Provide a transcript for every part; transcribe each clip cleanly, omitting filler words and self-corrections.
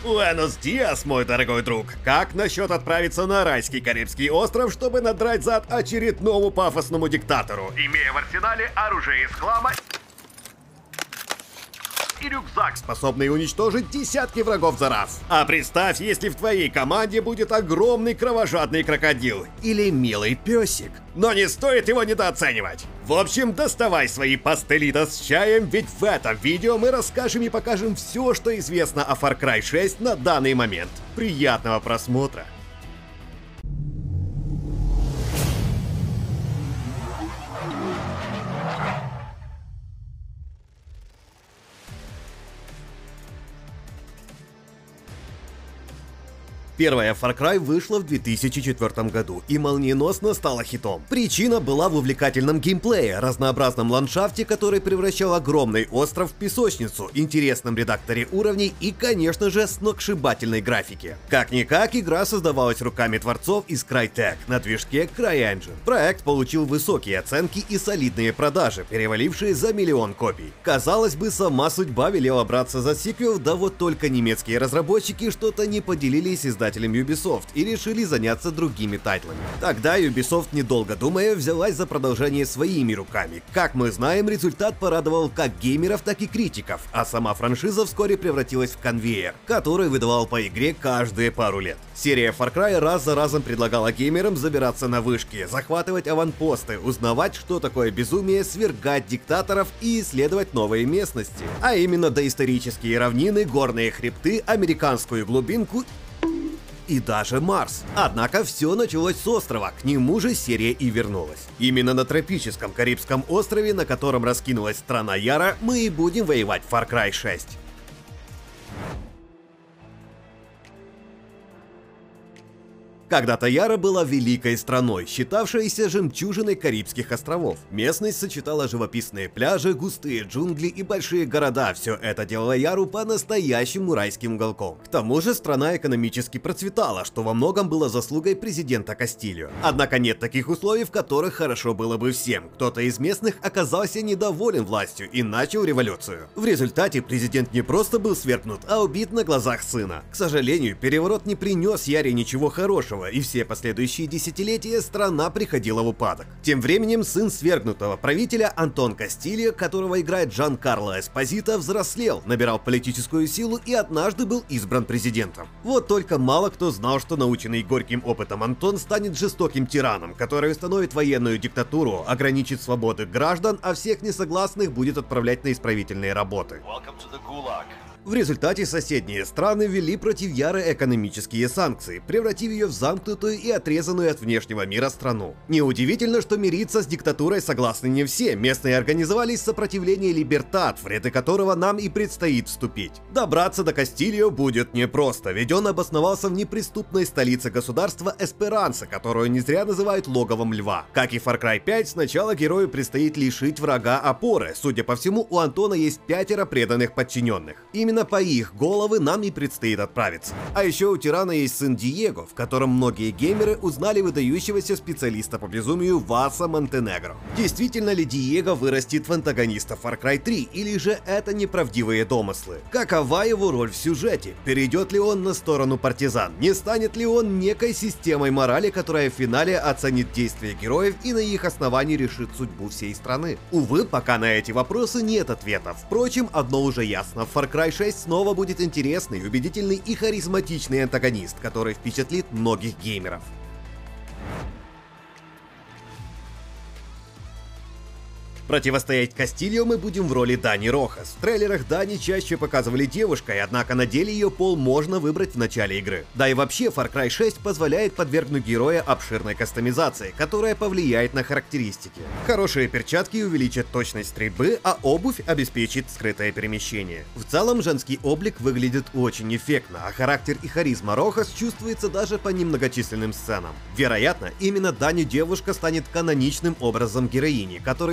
Буэнос диас, мой дорогой друг. Как насчет отправиться на райский Карибский остров, чтобы надрать зад очередному пафосному диктатору, имея в арсенале оружие из хлама и рюкзак, способный уничтожить десятки врагов за раз. А представь, если в твоей команде будет огромный кровожадный крокодил или милый песик. Но не стоит его недооценивать. В общем, доставай свои пастелита с чаем, ведь в этом видео мы расскажем и покажем все, что известно о Far Cry 6 на данный момент. Приятного просмотра! Первая Far Cry вышла в 2004 году и молниеносно стала хитом. Причина была в увлекательном геймплее, разнообразном ландшафте, который превращал огромный остров в песочницу, интересном редакторе уровней и, конечно же, сногсшибательной графике. Как-никак, игра создавалась руками творцов из Crytek на движке CryEngine. Проект получил высокие оценки и солидные продажи, перевалившие за 1 миллион копий. Казалось бы, сама судьба велела браться за сиквел, да вот только немецкие разработчики что-то не поделились издателем Ubisoft и решили заняться другими тайтлами. Тогда Ubisoft, недолго думая, взялась за продолжение своими руками. Как мы знаем, результат порадовал как геймеров, так и критиков, а сама франшиза вскоре превратилась в конвейер, который выдавал по игре каждые пару лет. Серия Far Cry раз за разом предлагала геймерам забираться на вышки, захватывать аванпосты, узнавать, что такое безумие, свергать диктаторов и исследовать новые местности. А именно доисторические равнины, горные хребты, американскую глубинку и даже Марс. Однако все началось с острова, к нему же серия и вернулась. Именно на тропическом Карибском острове, на котором раскинулась страна Яра, мы и будем воевать в Far Cry 6. Когда-то Яра была великой страной, считавшейся жемчужиной Карибских островов. Местность сочетала живописные пляжи, густые джунгли и большие города. Все это делало Яру по-настоящему райским уголком. К тому же страна экономически процветала, что во многом было заслугой президента Кастильо. Однако нет таких условий, в которых хорошо было бы всем. Кто-то из местных оказался недоволен властью и начал революцию. В результате президент не просто был свергнут, а убит на глазах сына. К сожалению, переворот не принес Яре ничего хорошего, и все последующие десятилетия страна приходила в упадок. Тем временем сын свергнутого правителя Антон Кастильо, которого играет Джанкарло Эспозито, взрослел, набирал политическую силу и однажды был избран президентом. Вот только мало кто знал, что наученный горьким опытом Антон станет жестоким тираном, который установит военную диктатуру, ограничит свободы граждан, а всех несогласных будет отправлять на исправительные работы. В результате соседние страны ввели против Яры экономические санкции, превратив ее в замкнутую и отрезанную от внешнего мира страну. Неудивительно, что мириться с диктатурой согласны не все. Местные организовали сопротивление Либертат, в ряды которого нам и предстоит вступить. Добраться до Кастильо будет непросто, ведь он обосновался в неприступной столице государства Эсперанса, которую не зря называют логовом льва. Как и Far Cry 5, сначала герою предстоит лишить врага опоры. Судя по всему, у Антона есть 5 преданных подчиненных. Именно по их головы нам и предстоит отправиться. А еще у тирана есть сын Диего, в котором многие геймеры узнали выдающегося специалиста по безумию Васа Монтенегро. Действительно ли Диего вырастет в антагониста Far Cry 3, или же это неправдивые домыслы? Какова его роль в сюжете? Перейдет ли он на сторону партизан? Не станет ли он некой системой морали, которая в финале оценит действия героев и на их основании решит судьбу всей страны? Увы, пока на эти вопросы нет ответов. Впрочем, одно уже ясно: в Far Cry 6 снова будет интересный, убедительный и харизматичный антагонист, который впечатлит многих геймеров. Противостоять Кастильо мы будем в роли Дани Рохас. В трейлерах Дани чаще показывали девушкой, однако на деле ее пол можно выбрать в начале игры. Да и вообще Far Cry 6 позволяет подвергнуть героя обширной кастомизации, которая повлияет на характеристики. Хорошие перчатки увеличат точность стрельбы, а обувь обеспечит скрытое перемещение. В целом женский облик выглядит очень эффектно, а характер и харизма Рохас чувствуется даже по немногочисленным сценам. Вероятно, именно Дани девушка станет каноничным образом героини, который заткнет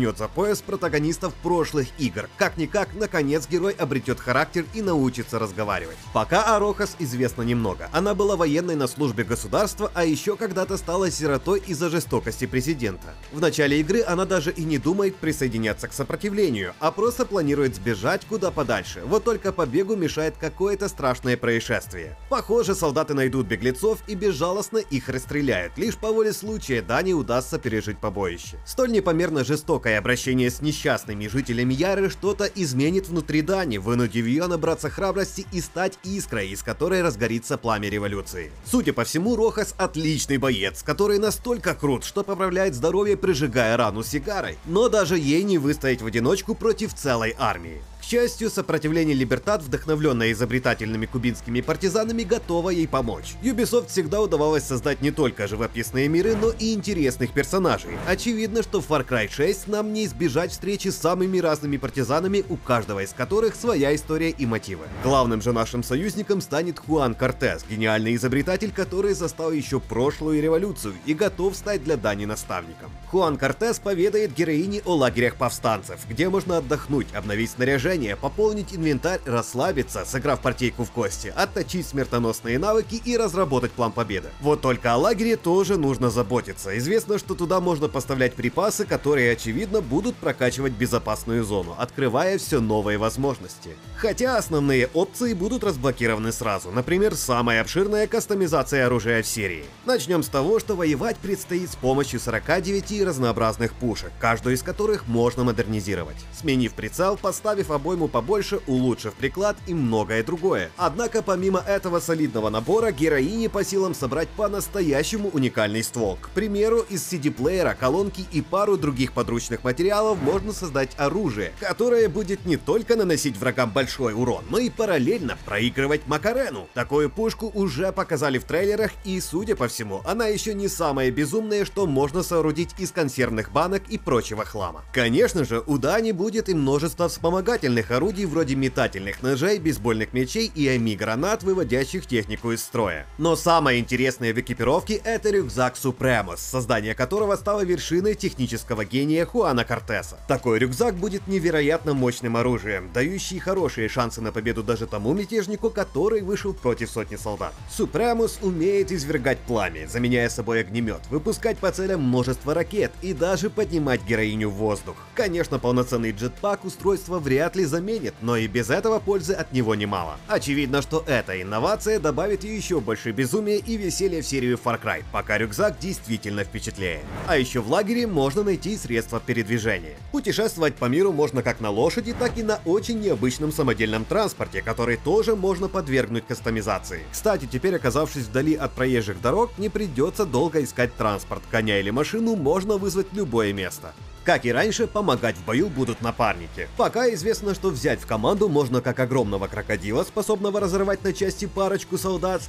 возьмет за пояс протагонистов прошлых игр. Как-никак, наконец герой обретет характер и научится разговаривать. Пока о Рохас известно немного. Она была военной на службе государства, а еще когда-то стала сиротой из-за жестокости президента. В начале игры она даже и не думает присоединяться к сопротивлению, а просто планирует сбежать куда подальше. Вот только побегу мешает какое-то страшное происшествие. Похоже, солдаты найдут беглецов и безжалостно их расстреляют. Лишь по воле случая Дани удастся пережить побоище. Столь непомерно жестокое обращение с несчастными жителями Яры что-то изменит внутри Дани, вынудив ее набраться храбрости и стать искрой, из которой разгорится пламя революции. Судя по всему, Рохас отличный боец, который настолько крут, что поправляет здоровье, прижигая рану сигарой. Но даже ей не выстоять в одиночку против целой армии. К счастью, сопротивление Либертад, вдохновленное изобретательными кубинскими партизанами, готово ей помочь. Ubisoft всегда удавалось создать не только живописные миры, но и интересных персонажей. Очевидно, что в Far Cry 6 нам не избежать встречи с самыми разными партизанами, у каждого из которых своя история и мотивы. Главным же нашим союзником станет Хуан Кортес, гениальный изобретатель, который застал еще прошлую революцию и готов стать для Дани наставником. Хуан Кортес поведает героине о лагерях повстанцев, где можно отдохнуть, обновить снаряжение, пополнить инвентарь, расслабиться, сыграв партийку в кости, отточить смертоносные навыки и разработать план победы. Вот только о лагере тоже нужно заботиться. Известно, что туда можно поставлять припасы, которые, очевидно, будут прокачивать безопасную зону, открывая все новые возможности. Хотя основные опции будут разблокированы сразу, например, самая обширная кастомизация оружия в серии. Начнем с того, что воевать предстоит с помощью 49 разнообразных пушек, каждую из которых можно модернизировать, сменив прицел, поставив обойму побольше, улучшив приклад и многое другое. Однако помимо этого солидного набора, героине по силам собрать по-настоящему уникальный ствол. К примеру, из CD-плеера, колонки и пару других подручных материалов можно создать оружие, которое будет не только наносить врагам большой урон, но и параллельно проигрывать Макарену. Такую пушку уже показали в трейлерах, и, судя по всему, она еще не самое безумное, что можно соорудить из консервных банок и прочего хлама. Конечно же, у Дани будет и множество вспомогательных орудий вроде метательных ножей, бейсбольных мечей и ами-гранат, выводящих технику из строя. Но самое интересное в экипировке — это рюкзак Супремус, создание которого стало вершиной технического гения Хуана Кортеса. Такой рюкзак будет невероятно мощным оружием, дающий хорошие шансы на победу даже тому мятежнику, который вышел против сотни солдат. Супремус умеет извергать пламя, заменяя собой огнемет, выпускать по целям множество ракет и даже поднимать героиню в воздух. Конечно, полноценный джетпак устройство вряд ли заменит, но и без этого пользы от него немало. Очевидно, что эта инновация добавит еще больше безумия и веселья в серию Far Cry, пока рюкзак действительно впечатляет. А еще в лагере можно найти средства передвижения. Путешествовать по миру можно как на лошади, так и на очень необычном самодельном транспорте, который тоже можно подвергнуть кастомизации. Кстати, теперь, оказавшись вдали от проезжих дорог, не придется долго искать транспорт. Коня или машину можно вызвать в любое место. Как и раньше, помогать в бою будут напарники. Пока известно, что взять в команду можно как огромного крокодила, способного разорвать на части парочку солдат,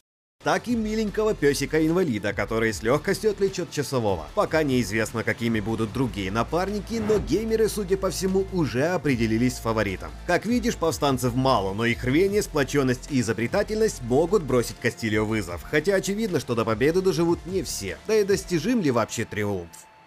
так и миленького песика-инвалида, который с легкостью отвлечет часового. Пока неизвестно, какими будут другие напарники, но геймеры, судя по всему, уже определились с фаворитом. Как видишь, повстанцев мало, но их рвение, сплоченность и изобретательность могут бросить Кастильо вызов. Хотя очевидно, что до победы доживут не все. Да и достижим ли вообще триумф?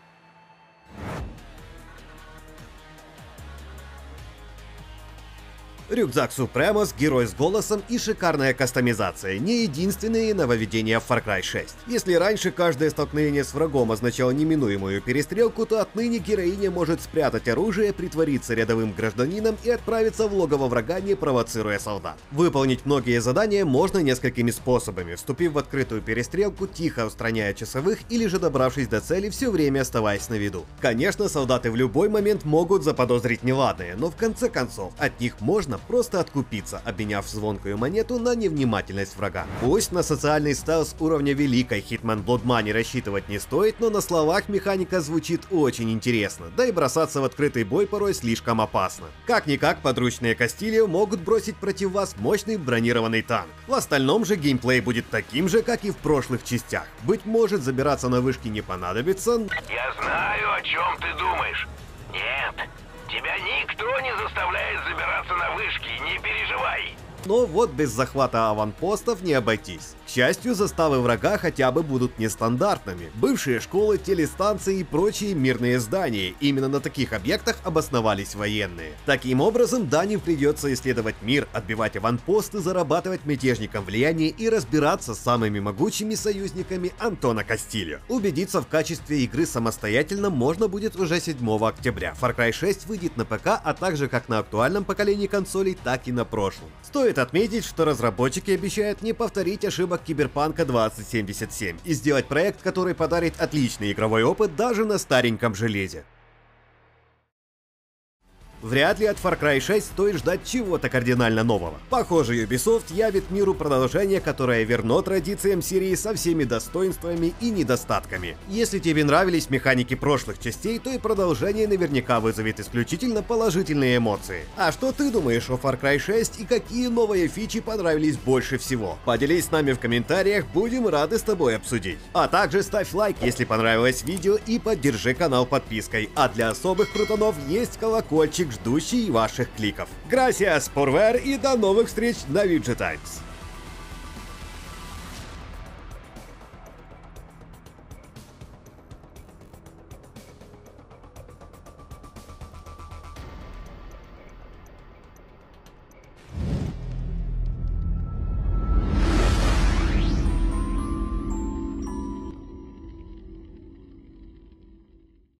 Рюкзак Супремус, герой с голосом и шикарная кастомизация — не единственные нововведения в Far Cry 6. Если раньше каждое столкновение с врагом означало неминуемую перестрелку, то отныне героиня может спрятать оружие, притвориться рядовым гражданином и отправиться в логово врага, не провоцируя солдат. Выполнить многие задания можно несколькими способами, вступив в открытую перестрелку, тихо устраняя часовых или же добравшись до цели, все время оставаясь на виду. Конечно, солдаты в любой момент могут заподозрить неладное, но в конце концов от них можно просто откупиться, обменяв звонкую монету на невнимательность врага. Пусть на социальный стелс уровня великой Hitman Blood Money рассчитывать не стоит, но на словах механика звучит очень интересно, да и бросаться в открытый бой порой слишком опасно. Как-никак, подручные Кастильо могут бросить против вас мощный бронированный танк. В остальном же геймплей будет таким же, как и в прошлых частях. Быть может, забираться на вышки не понадобится. Я знаю, о чем ты думаешь. Нет. Тебя никто не заставляет забираться на вышки, не переживай. Но вот без захвата аванпостов не обойтись. К счастью, заставы врага хотя бы будут нестандартными. Бывшие школы, телестанции и прочие мирные здания. Именно на таких объектах обосновались военные. Таким образом, Дани придется исследовать мир, отбивать аванпосты, зарабатывать мятежникам влияние и разбираться с самыми могучими союзниками Антона Кастильо. Убедиться в качестве игры самостоятельно можно будет уже 7 октября. Far Cry 6 выйдет на ПК, а также как на актуальном поколении консолей, так и на прошлом. Стоит отметить, что разработчики обещают не повторить ошибок Киберпанка 2077 и сделать проект, который подарит отличный игровой опыт даже на стареньком железе. Вряд ли от Far Cry 6 стоит ждать чего-то кардинально нового. Похоже, Ubisoft явит миру продолжение, которое верно традициям серии со всеми достоинствами и недостатками. Если тебе нравились механики прошлых частей, то и продолжение наверняка вызовет исключительно положительные эмоции. А что ты думаешь о Far Cry 6 и какие новые фичи понравились больше всего? Поделись с нами в комментариях, будем рады с тобой обсудить. А также ставь лайк, если понравилось видео, и поддержи канал подпиской. А для особых крутанов есть колокольчик, ждущий ваших кликов. Gracias por ver и до новых встреч на VG Times.